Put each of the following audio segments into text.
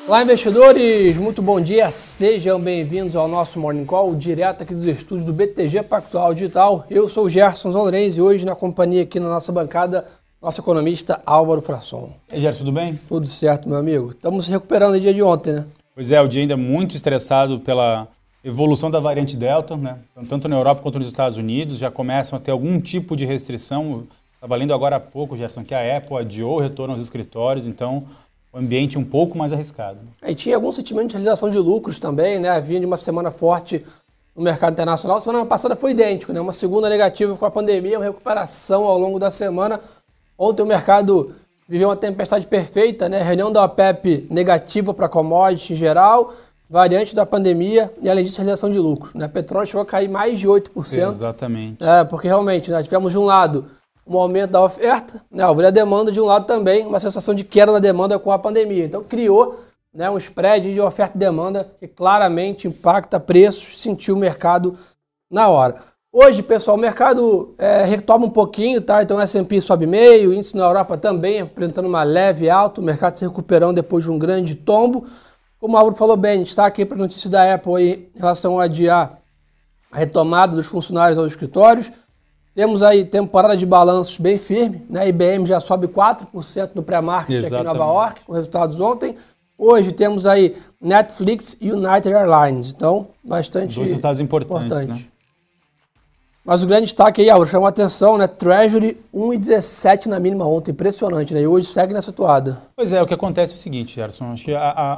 Olá, investidores! Muito bom dia, sejam bem-vindos ao nosso Morning Call, direto aqui dos estúdios do BTG Pactual Digital. Eu sou o Gerson Zolorens e hoje na companhia aqui na nossa bancada, nosso economista Álvaro Frasson. E aí, Gerson, tudo bem? Tudo certo, meu amigo. Estamos se recuperando do dia de ontem, né? Pois é, o dia ainda é muito estressado pela evolução da variante Delta, né? Tanto na Europa quanto nos Estados Unidos, já começam a ter algum tipo de restrição. Estava lendo agora há pouco, Gerson, que a Apple adiou o retorno aos escritórios, então o ambiente um pouco mais arriscado. E tinha algum sentimento de realização de lucros também, né? Vinha de uma semana forte no mercado internacional. A semana passada foi idêntico, né? Uma segunda negativa com a pandemia, uma recuperação ao longo da semana. Ontem o mercado viveu uma tempestade perfeita, né? Reunião da OPEP negativa para commodities em geral, variante da pandemia e, além disso, realização de lucros, né? Petróleo chegou a cair mais de 8%. Exatamente. Porque realmente, né, tivemos de um lado um aumento da oferta, né, a demanda de um lado também, uma sensação de queda da demanda com a pandemia. Então criou, né, um spread de oferta e demanda que claramente impacta preços, sentiu o mercado na hora. Hoje, pessoal, o mercado retoma um pouquinho, tá? Então o S&P sobe meio, o índice na Europa também apresentando uma leve alta, o mercado se recuperando depois de um grande tombo. Como o Álvaro falou bem, a gente está aqui para a notícia da Apple aí, em relação a adiar a retomada dos funcionários aos escritórios. Temos aí temporada de balanços bem firme, né? A IBM já sobe 4% no pré-market aqui em Nova York, com resultados ontem. Hoje temos aí Netflix e United Airlines, então bastante dois resultados importantes. Né? Mas o grande destaque aí, chamou a atenção, né? Treasury 1,17 na mínima ontem, impressionante, né? E hoje segue nessa toada. Pois é, o que acontece é o seguinte, Gerson, acho que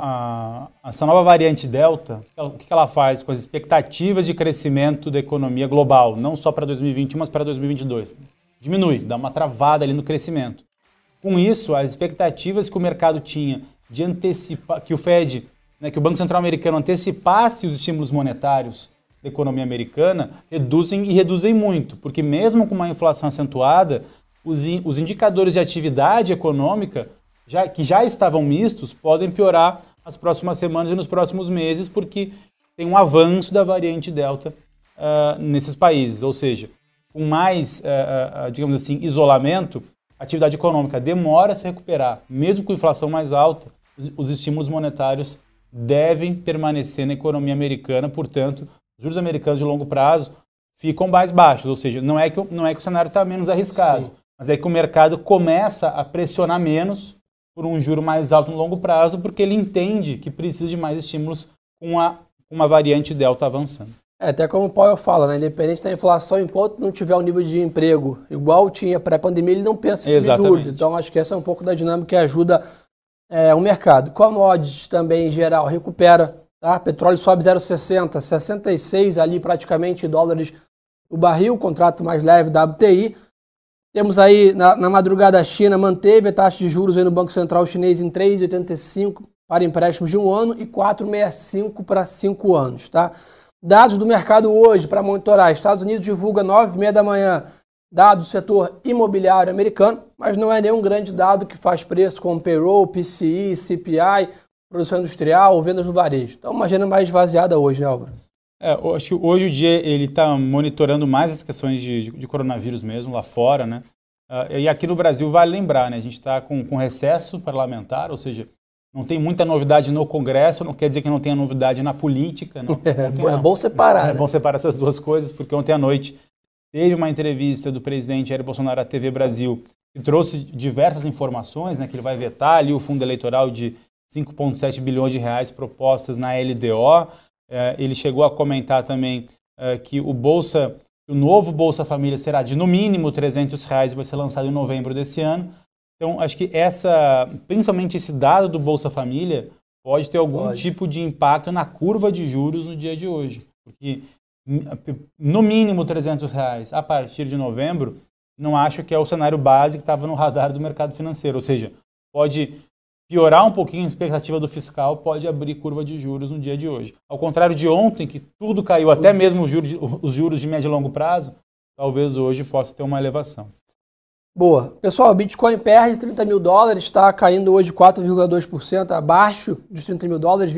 essa nova variante Delta, o que ela faz com as expectativas de crescimento da economia global, não só para 2021, mas para 2022? Diminui, dá uma travada ali no crescimento. Com isso, as expectativas que o mercado tinha de antecipar, que o Fed, né, que o Banco Central americano antecipasse os estímulos monetários da economia americana, reduzem muito, porque mesmo com uma inflação acentuada, os indicadores de atividade econômica, que já estavam mistos, podem piorar nas próximas semanas e nos próximos meses, porque tem um avanço da variante Delta nesses países, ou seja, com mais, digamos assim, isolamento, a atividade econômica demora a se recuperar, mesmo com inflação mais alta, os estímulos monetários devem permanecer na economia americana, portanto, os juros americanos de longo prazo ficam mais baixos, ou seja, não é que o cenário está menos arriscado, sim, mas é que o mercado começa a pressionar menos por um juro mais alto no longo prazo, porque ele entende que precisa de mais estímulos com uma variante Delta avançando. Até como o Powell fala, né? Independente da inflação, enquanto não tiver um nível de emprego igual tinha pré-pandemia, ele não pensa em juros. Então, acho que essa é um pouco da dinâmica que ajuda o mercado. Commodities também, em geral, recupera. Tá? Petróleo sobe 0,60, 66 ali praticamente dólares o barril, contrato mais leve da WTI. Temos aí, na madrugada, a China manteve a taxa de juros aí no Banco Central chinês em 3,85 para empréstimos de 1 ano e 4,65 para 5 anos. Tá? Dados do mercado hoje para monitorar. Estados Unidos divulga 9h30 da manhã dados do setor imobiliário americano, mas não é nenhum grande dado que faz preço como payroll, PCI, CPI, produção industrial ou vendas no varejo. Então, uma agenda mais esvaziada hoje, né, Álvaro? Eu acho que hoje o dia ele está monitorando mais as questões de coronavírus mesmo, lá fora, né? E aqui no Brasil, vale lembrar, né? A gente está com recesso parlamentar, ou seja, não tem muita novidade no Congresso, não quer dizer que não tenha novidade na política. Não, é bom separar. É bom separar essas duas coisas, porque ontem à noite teve uma entrevista do presidente Jair Bolsonaro à TV Brasil, que trouxe diversas informações, né? Que ele vai vetar ali o fundo eleitoral de 5,7 bilhões de reais propostas na LDO. Ele chegou a comentar também que o novo Bolsa Família será de no mínimo R$300 e vai ser lançado em novembro desse ano. Então, acho que principalmente esse dado do Bolsa Família pode ter algum tipo de impacto na curva de juros no dia de hoje. Porque no mínimo R$300 a partir de novembro, não acho que é o cenário base que estava no radar do mercado financeiro. Ou seja, pode piorar um pouquinho a expectativa do fiscal, pode abrir curva de juros no dia de hoje. Ao contrário de ontem, que tudo caiu, até mesmo os juros de médio e longo prazo, talvez hoje possa ter uma elevação. Boa. Pessoal, o Bitcoin perde 30 mil dólares, está caindo hoje 4,2%, abaixo dos 30 mil dólares,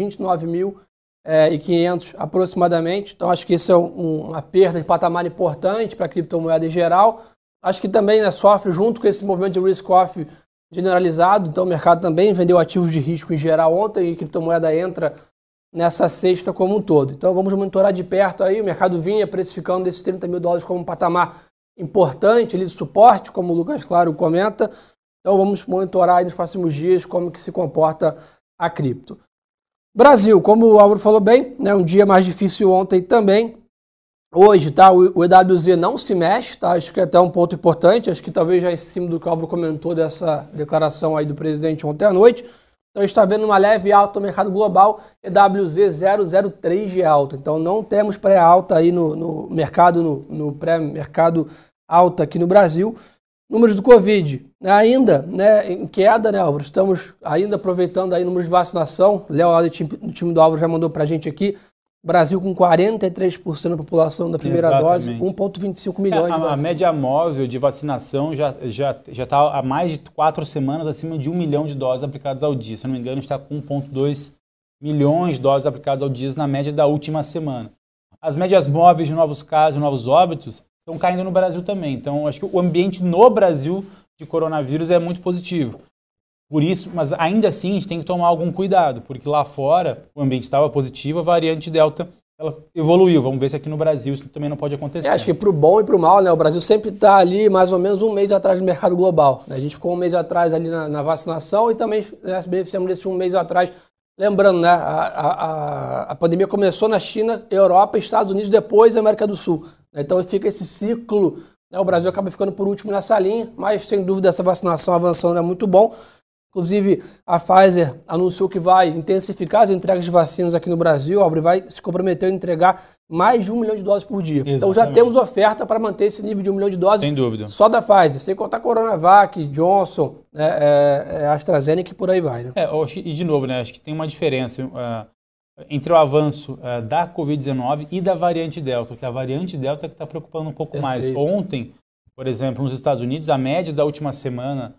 29.500 aproximadamente. Então, acho que isso é uma perda de patamar importante para a criptomoeda em geral. Acho que também, né, sofre junto com esse movimento de risk-off generalizado, então o mercado também vendeu ativos de risco em geral ontem e criptomoeda entra nessa sexta como um todo. Então vamos monitorar de perto aí, o mercado vinha precificando esses 30 mil dólares como um patamar importante ali de suporte, como o Lucas Claro comenta. Então vamos monitorar aí nos próximos dias como que se comporta a cripto. Brasil, como o Álvaro falou bem, né, um dia mais difícil ontem também. Hoje, tá, o EWZ não se mexe, tá? Acho que é até um ponto importante, acho que talvez já em cima do que o Álvaro comentou dessa declaração aí do presidente ontem à noite. Então, está vendo uma leve alta no mercado global, EWZ 0,03 de alta. Então, não temos pré-alta aí no mercado, no pré-mercado alta aqui no Brasil. Números do Covid, ainda, né, em queda, né, Álvaro? Estamos ainda aproveitando aí números de vacinação. Léo, lá do time do Álvaro, já mandou pra gente aqui. Brasil com 43% da população da primeira dose, 1,25 milhões de vacinas. A média móvel de vacinação já está há mais de 4 semanas acima de 1 milhão de doses aplicadas ao dia. Se eu não me engano, está com 1,2 milhões de doses aplicadas ao dia na média da última semana. As médias móveis de novos casos, novos óbitos, estão caindo no Brasil também. Então, acho que o ambiente no Brasil de coronavírus é muito positivo. Por isso, mas ainda assim a gente tem que tomar algum cuidado, porque lá fora o ambiente estava positivo, a variante Delta ela evoluiu. Vamos ver se aqui no Brasil isso também não pode acontecer. Acho que para o bom e para o mal, né? O Brasil sempre está ali mais ou menos um mês atrás do mercado global. Né? A gente ficou um mês atrás ali na vacinação e também se beneficiamos desse um mês atrás. Lembrando, né? A pandemia começou na China, Europa, Estados Unidos, depois América do Sul. Então fica esse ciclo, né? O Brasil acaba ficando por último nessa linha, mas sem dúvida essa vacinação avançando é muito bom. Inclusive, a Pfizer anunciou que vai intensificar as entregas de vacinas aqui no Brasil. A Álvaro vai se comprometer a entregar mais de 1 milhão de doses por dia. Exatamente. Então já temos oferta para manter esse nível de 1 milhão de doses. Sem dúvida. Só da Pfizer, sem contar Coronavac, Johnson, AstraZeneca e por aí vai. Né? E de novo, né, acho que tem uma diferença entre o avanço da Covid-19 e da variante Delta, porque a variante Delta é que está preocupando um pouco mais. Ontem, por exemplo, nos Estados Unidos, a média da última semana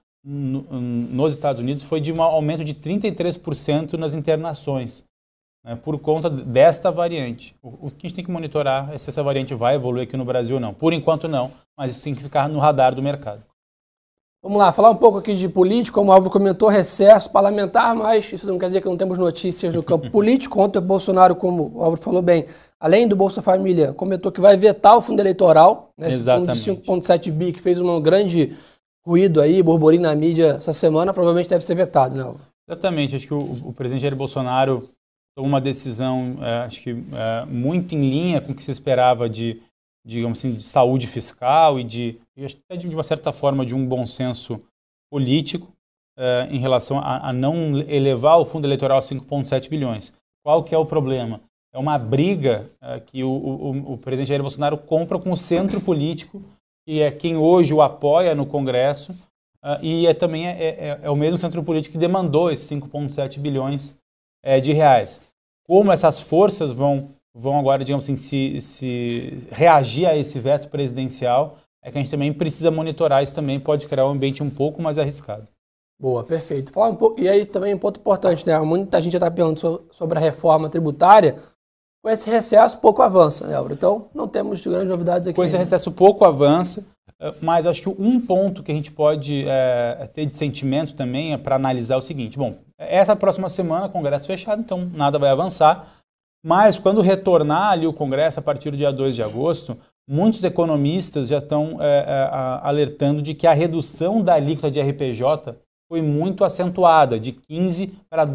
nos Estados Unidos foi de um aumento de 33% nas internações, né, por conta desta variante. O que a gente tem que monitorar é se essa variante vai evoluir aqui no Brasil ou não. Por enquanto não, mas isso tem que ficar no radar do mercado. Vamos lá, falar um pouco aqui de política, como o Álvaro comentou, recesso parlamentar, mas isso não quer dizer que não temos notícias no campo político. Ontem o Bolsonaro, como o Álvaro falou bem, além do Bolsa Família, comentou que vai vetar o fundo eleitoral, né, esse fundo de 5,7 bi, que fez um grande ruído aí, burburinho na mídia essa semana, provavelmente deve ser vetado, né? Exatamente, acho que o presidente Jair Bolsonaro tomou uma decisão, muito em linha com o que se esperava digamos assim, de saúde fiscal e de uma certa forma, de um bom senso político em relação a não elevar o fundo eleitoral a 5,7 bilhões. Qual que é o problema? É uma briga que o presidente Jair Bolsonaro compra com o centro político, que é quem hoje o apoia no Congresso, e também é o mesmo centro político que demandou esses 5,7 bilhões de reais. Como essas forças vão agora, digamos assim, se reagir a esse veto presidencial, é que a gente também precisa monitorar. Isso também pode criar um ambiente um pouco mais arriscado. Boa, perfeito. Falar um pouco, e aí também um ponto importante, né? Muita gente já está perguntando sobre a reforma tributária. Com esse recesso, pouco avança, né, Álvaro? Então, não temos grandes novidades aqui. Com esse recesso, pouco avança, mas acho que um ponto que a gente pode ter de sentimento também é para analisar o seguinte. Bom, essa próxima semana, Congresso fechado, então nada vai avançar, mas quando retornar ali o Congresso, a partir do dia 2 de agosto, muitos economistas já estão alertando de que a redução da alíquota de RPJ foi muito acentuada, de 15% para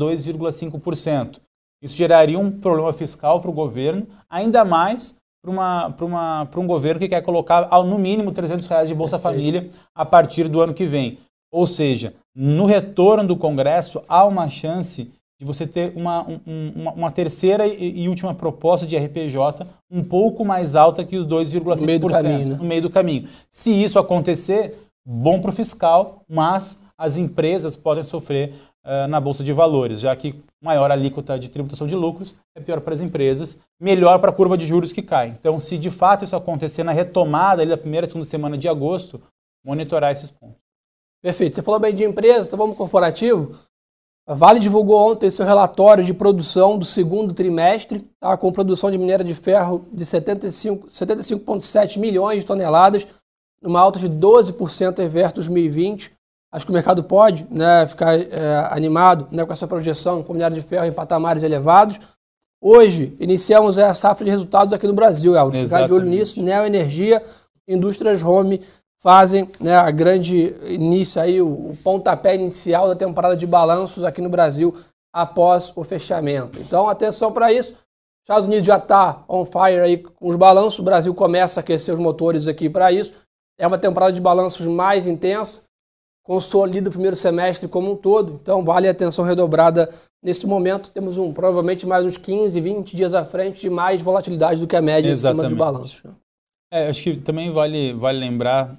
2,5%. Isso geraria um problema fiscal para o governo, ainda mais para um governo que quer colocar no mínimo R$300 de Bolsa Família a partir do ano que vem. Ou seja, no retorno do Congresso, há uma chance de você ter uma terceira e última proposta de RPJ um pouco mais alta que os 2,5% no meio do caminho. Se isso acontecer, bom para o fiscal, mas as empresas podem sofrer na Bolsa de Valores, já que maior alíquota de tributação de lucros é pior para as empresas, melhor para a curva de juros que cai. Então, se de fato isso acontecer na retomada ali da primeira e segunda semana de agosto, monitorar esses pontos. Perfeito. Você falou bem de empresas, então vamos corporativo. A Vale divulgou ontem seu relatório de produção do segundo trimestre, tá, com produção de minério de ferro de 75,7 milhões de toneladas, uma alta de 12% versus 2020. Acho que o mercado pode, né, ficar animado, né, com essa projeção com minério de ferro em patamares elevados. Hoje, iniciamos a safra de resultados aqui no Brasil, Elton. Ficar de olho nisso. Neo Energia, Indústrias Home fazem, né, a grande início aí, o pontapé inicial da temporada de balanços aqui no Brasil após o fechamento. Então, atenção para isso. Estados Unidos já está on fire aí com os balanços. O Brasil começa a aquecer os motores aqui para isso. É uma temporada de balanços mais intensa. Consolida o primeiro semestre como um todo. Então, vale a atenção redobrada nesse momento. Temos provavelmente mais uns 15, 20 dias à frente de mais volatilidade do que a média em cima dos balanços. Acho que também vale lembrar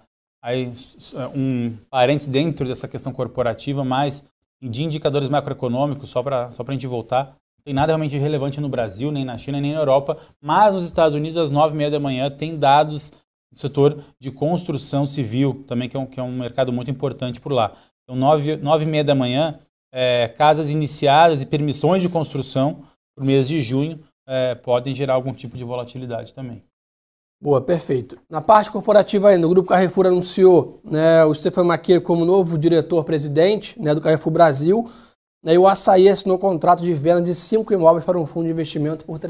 aí um parênteses dentro dessa questão corporativa, mas de indicadores macroeconômicos, só para a gente voltar. Não tem nada realmente relevante no Brasil, nem na China, nem na Europa, mas nos Estados Unidos, às 9h30 da manhã, tem dados do setor de construção civil, também que é um mercado muito importante por lá. Então, 9h30 da manhã, casas iniciadas e permissões de construção para o mês de junho podem gerar algum tipo de volatilidade também. Boa, perfeito. Na parte corporativa ainda, o Grupo Carrefour anunciou, né, o Stefan Maquet como novo diretor-presidente, né, do Carrefour Brasil, né, e o Açaí assinou contrato de venda de 5 imóveis para um fundo de investimento por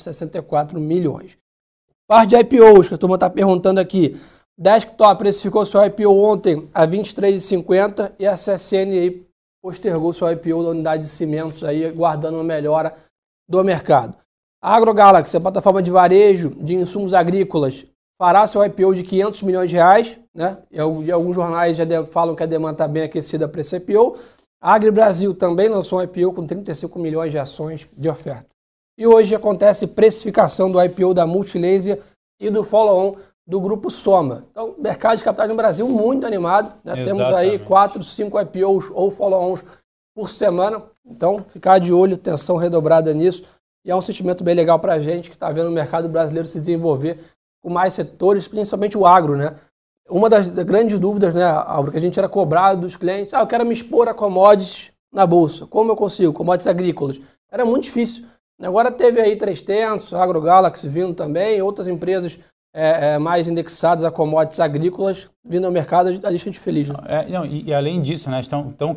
364 milhões. Parte de IPOs, que a turma está perguntando aqui. Desktop precificou seu IPO ontem a R$ 23,50 e a CSN aí postergou seu IPO da unidade de cimentos, aí, guardando uma melhora do mercado. A AgroGalaxy, a plataforma de varejo de insumos agrícolas, fará seu IPO de R$ 500 milhões, né? E alguns jornais já falam que a demanda está bem aquecida para esse IPO. A AgriBrasil também lançou um IPO com 35 milhões de ações de oferta. E hoje acontece precificação do IPO da Multilaser e do follow-on do Grupo Soma. Então, mercado de capitais no Brasil muito animado, né? Temos aí 4, 5 IPOs ou follow-ons por semana. Então, ficar de olho, atenção redobrada nisso. E é um sentimento bem legal para a gente que está vendo o mercado brasileiro se desenvolver com mais setores, principalmente o agro, né? Uma das grandes dúvidas, né, Álvaro, que a gente era cobrado dos clientes, eu quero me expor a commodities na bolsa. Como eu consigo? Commodities agrícolas. Era muito difícil. Agora teve aí 3tentos, a AgroGalaxy vindo também, outras empresas mais indexadas a commodities agrícolas vindo ao mercado, a gente fica feliz. Né? E além disso, né,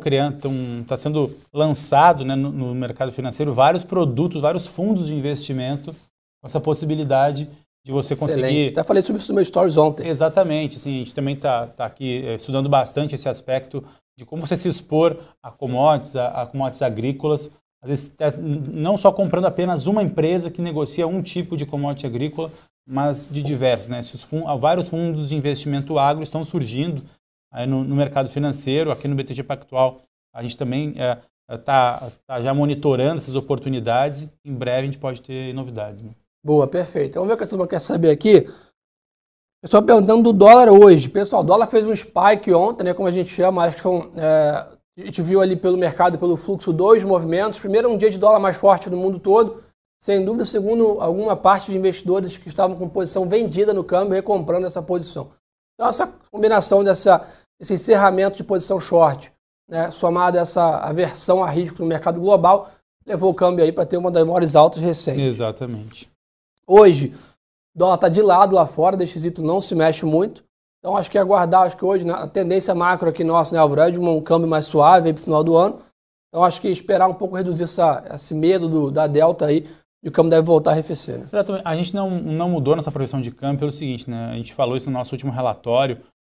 está sendo lançado, né, no mercado financeiro vários produtos, vários fundos de investimento com essa possibilidade de você conseguir... Excelente. Até falei sobre isso no meu stories ontem. Exatamente. Assim, a gente também está aqui estudando bastante esse aspecto de como você se expor a commodities agrícolas, às vezes não só comprando apenas uma empresa que negocia um tipo de commodity agrícola, mas de diversos, né? Vários fundos de investimento agro estão surgindo aí no mercado financeiro, aqui no BTG Pactual. A gente também está já monitorando essas oportunidades. Em breve a gente pode ter novidades. Né? Boa, perfeito. Vamos ver o que a turma quer saber aqui. Pessoal perguntando do dólar hoje. Pessoal, o dólar fez um spike ontem, né? Como a gente chama, acho que foi a gente viu ali pelo mercado, pelo fluxo, 2 movimentos. Primeiro, um dia de dólar mais forte no mundo todo. Sem dúvida, segundo alguma parte de investidores que estavam com posição vendida no câmbio, recomprando essa posição. Então, essa combinação desse encerramento de posição short, né, somado a essa aversão a risco no mercado global, levou o câmbio aí para ter uma das maiores altas recentes. Exatamente. Hoje, o dólar está de lado lá fora, o DXY não se mexe muito. Então, acho que aguardar, acho que hoje, a tendência macro aqui nossa, né, Álvaro, é de um câmbio mais suave para o final do ano. Então, acho que esperar um pouco reduzir esse medo da delta aí, e o câmbio deve voltar a arrefecer. Né? Exatamente. A gente não mudou nossa projeção de câmbio pelo seguinte, né? A gente falou isso no nosso último relatório.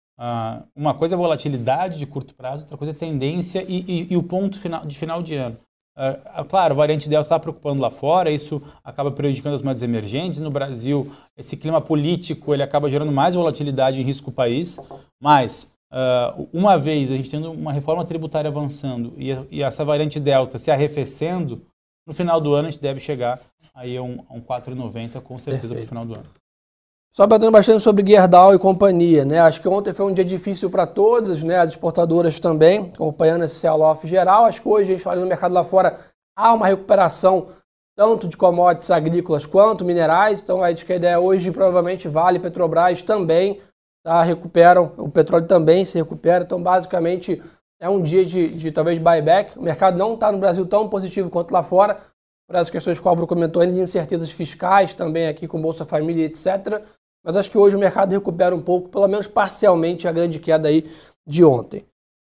Uma coisa é volatilidade de curto prazo, outra coisa é tendência e o ponto de final de ano. Claro, a variante delta está preocupando lá fora, isso acaba prejudicando as moedas emergentes. No Brasil, esse clima político ele acaba gerando mais volatilidade em risco do país, mas uma vez a gente tendo uma reforma tributária avançando e essa variante delta se arrefecendo, no final do ano a gente deve chegar aí a um 4,90 com certeza para o final do ano. Só batendo bastante sobre Gerdau e companhia, né? Acho que ontem foi um dia difícil para todas, né? As exportadoras também, acompanhando esse sell-off geral. Acho que hoje, a gente fala no mercado lá fora, há uma recuperação tanto de commodities agrícolas quanto minerais. Então, acho que a ideia hoje provavelmente Vale, Petrobras também recuperam, o petróleo também se recupera. Então, basicamente, é um dia de talvez buyback. O mercado não está no Brasil tão positivo quanto lá fora, por essas questões que o Álvaro comentou, ainda de incertezas fiscais também aqui com Bolsa Família, etc. Mas acho que hoje o mercado recupera um pouco, pelo menos parcialmente, a grande queda aí de ontem.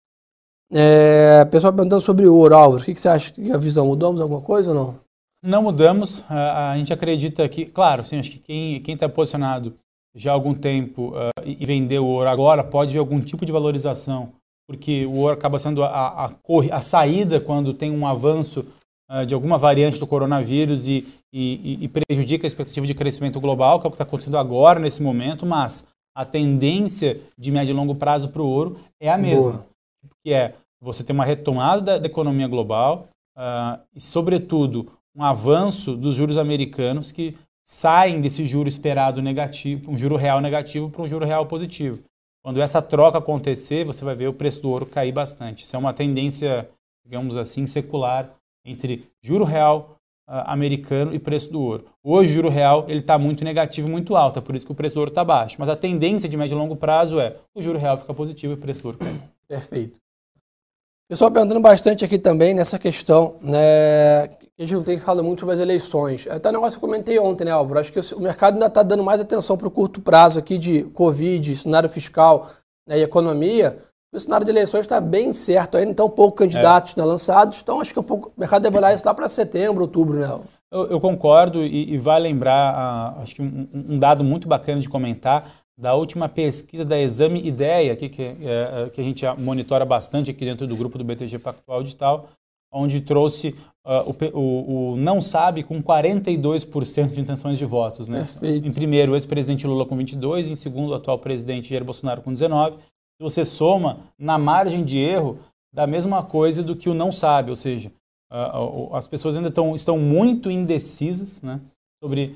Pessoal perguntando sobre o ouro, Álvaro, o que você acha? A visão, mudamos alguma coisa ou não? Não mudamos, a gente acredita que, claro, sim, acho que quem está posicionado já há algum tempo e vendeu o ouro agora pode ver algum tipo de valorização, porque o ouro acaba sendo a saída quando tem um avanço de alguma variante do coronavírus e prejudica a expectativa de crescimento global, que é o que está acontecendo agora, nesse momento, mas a tendência de médio e longo prazo para o ouro é a mesma. Boa. Que é você ter uma retomada da economia global e, sobretudo, um avanço dos juros americanos que saem desse juro esperado negativo, um juro real negativo para um juro real positivo. Quando essa troca acontecer, você vai ver o preço do ouro cair bastante. Isso é uma tendência, digamos assim, secular entre juro real americano e preço do ouro. Hoje o juro real está muito negativo, muito alto, é por isso que o preço do ouro está baixo. Mas a tendência de médio e longo prazo é o juro real fica positivo e o preço do ouro cai. Perfeito. Pessoal perguntando bastante aqui também nessa questão, né, a gente não tem falado muito sobre as eleições. Até um negócio que eu comentei ontem, né, Álvaro? Acho que o mercado ainda está dando mais atenção para o curto prazo aqui de Covid, cenário fiscal, né, e economia. O cenário de eleições está bem certo ainda, então poucos candidatos lançados. Então acho que o mercado deve olhar isso lá para setembro, outubro, né? Eu concordo e vai lembrar, acho que um dado muito bacana de comentar, da última pesquisa da Exame Ideia, que a gente monitora bastante aqui dentro do grupo do BTG Pactual Digital, onde trouxe o não sabe com 42% de intenções de votos. Né? Em primeiro, o ex-presidente Lula com 22%, em segundo, o atual presidente Jair Bolsonaro com 19%. Se você soma, na margem de erro, da mesma coisa do que o não sabe, ou seja, as pessoas ainda estão muito indecisas, né, sobre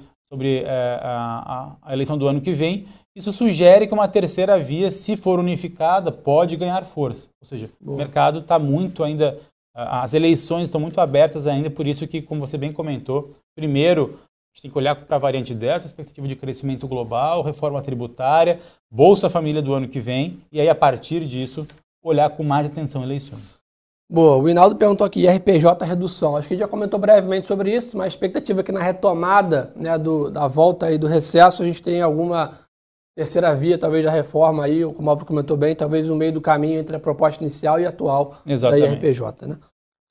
a eleição do ano que vem. Isso sugere que uma terceira via, se for unificada, pode ganhar força. Ou seja, o mercado está muito ainda, as eleições estão muito abertas ainda, por isso que, como você bem comentou, primeiro, a gente tem que olhar para a variante Delta, expectativa de crescimento global, reforma tributária, Bolsa Família do ano que vem, e aí, a partir disso, olhar com mais atenção eleições. Boa, o Hinaldo perguntou aqui, RPJ redução. Acho que a gente já comentou brevemente sobre isso, mas a expectativa é que na retomada, né, da volta aí do recesso, a gente tem alguma terceira via, talvez da reforma aí, como o Álvaro comentou bem, talvez no meio do caminho entre a proposta inicial e atual da RPJ, né?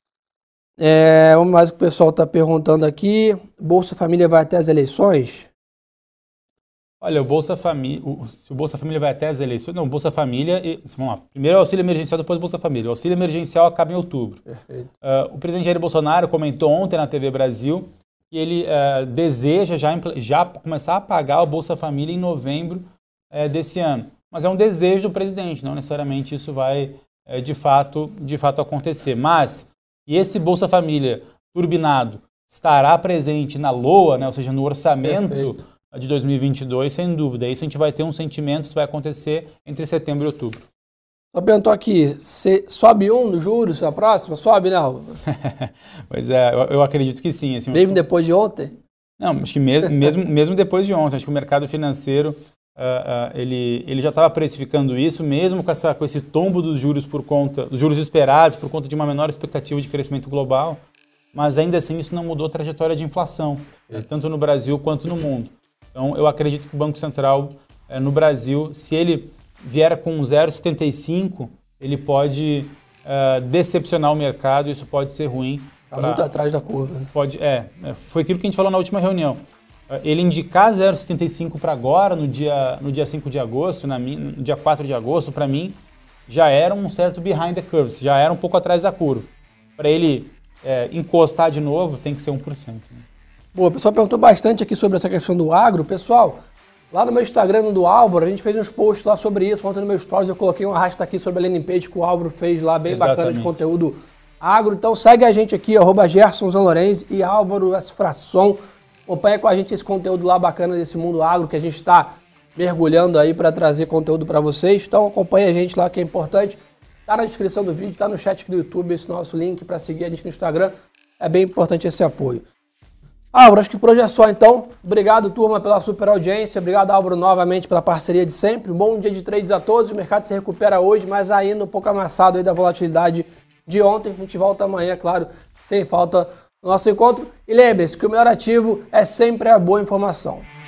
Vamos mais o que o pessoal está perguntando aqui. Bolsa Família vai até as eleições? Olha, o Bolsa Família, se o Bolsa Família vai até as eleições, não, o Bolsa Família, vamos lá, primeiro o auxílio emergencial, depois o Bolsa Família. O auxílio emergencial acaba em outubro. Perfeito. O presidente Jair Bolsonaro comentou ontem na TV Brasil que ele deseja já começar a pagar o Bolsa Família em novembro desse ano. Mas é um desejo do presidente, não necessariamente isso vai de fato acontecer. Mas e esse Bolsa Família turbinado estará presente na LOA, né, ou seja, no orçamento de 2022, sem dúvida. Isso a gente vai ter um sentimento, isso vai acontecer entre setembro e outubro. Só perguntou aqui, sobe no juros a próxima? Sobe, não? Pois é, eu acredito que sim. Assim, mesmo depois de ontem? Não, acho que mesmo depois de ontem. Acho que o mercado financeiro ele já estava precificando isso, mesmo com esse tombo dos juros dos juros esperados, por conta de uma menor expectativa de crescimento global. Mas ainda assim isso não mudou a trajetória de inflação, tanto no Brasil quanto no mundo. Então eu acredito que o Banco Central no Brasil, se ele vier com 0,75, ele pode decepcionar o mercado, isso pode ser ruim. Está muito atrás da curva. Né? Foi aquilo que a gente falou na última reunião. Ele indicar 0,75 para agora, no dia 5 de agosto, no dia 4 de agosto, para mim, já era um certo behind the curve, já era um pouco atrás da curva. Para ele encostar de novo, tem que ser 1%. Né? Boa, o pessoal perguntou bastante aqui sobre essa questão do agro. Pessoal, lá no meu Instagram, do Álvaro, a gente fez uns posts lá sobre isso. Ontem no meu stories eu coloquei um arrasto aqui sobre a landing page que o Álvaro fez lá, bem bacana de conteúdo agro. Então segue a gente aqui, @GersonZanlorenzi e Álvaro S. Frasson. Acompanha com a gente esse conteúdo lá bacana desse mundo agro que a gente está mergulhando aí para trazer conteúdo para vocês. Então acompanha a gente lá que é importante. Está na descrição do vídeo, está no chat aqui do YouTube, esse nosso link para seguir a gente no Instagram. É bem importante esse apoio. Álvaro, acho que por hoje é só então. Obrigado, turma, pela super audiência. Obrigado, Álvaro, novamente pela parceria de sempre. Um bom dia de trades a todos. O mercado se recupera hoje, mas ainda um pouco amassado aí da volatilidade de ontem. A gente volta amanhã, claro, sem falta no nosso encontro. E lembre-se que o melhor ativo é sempre a boa informação.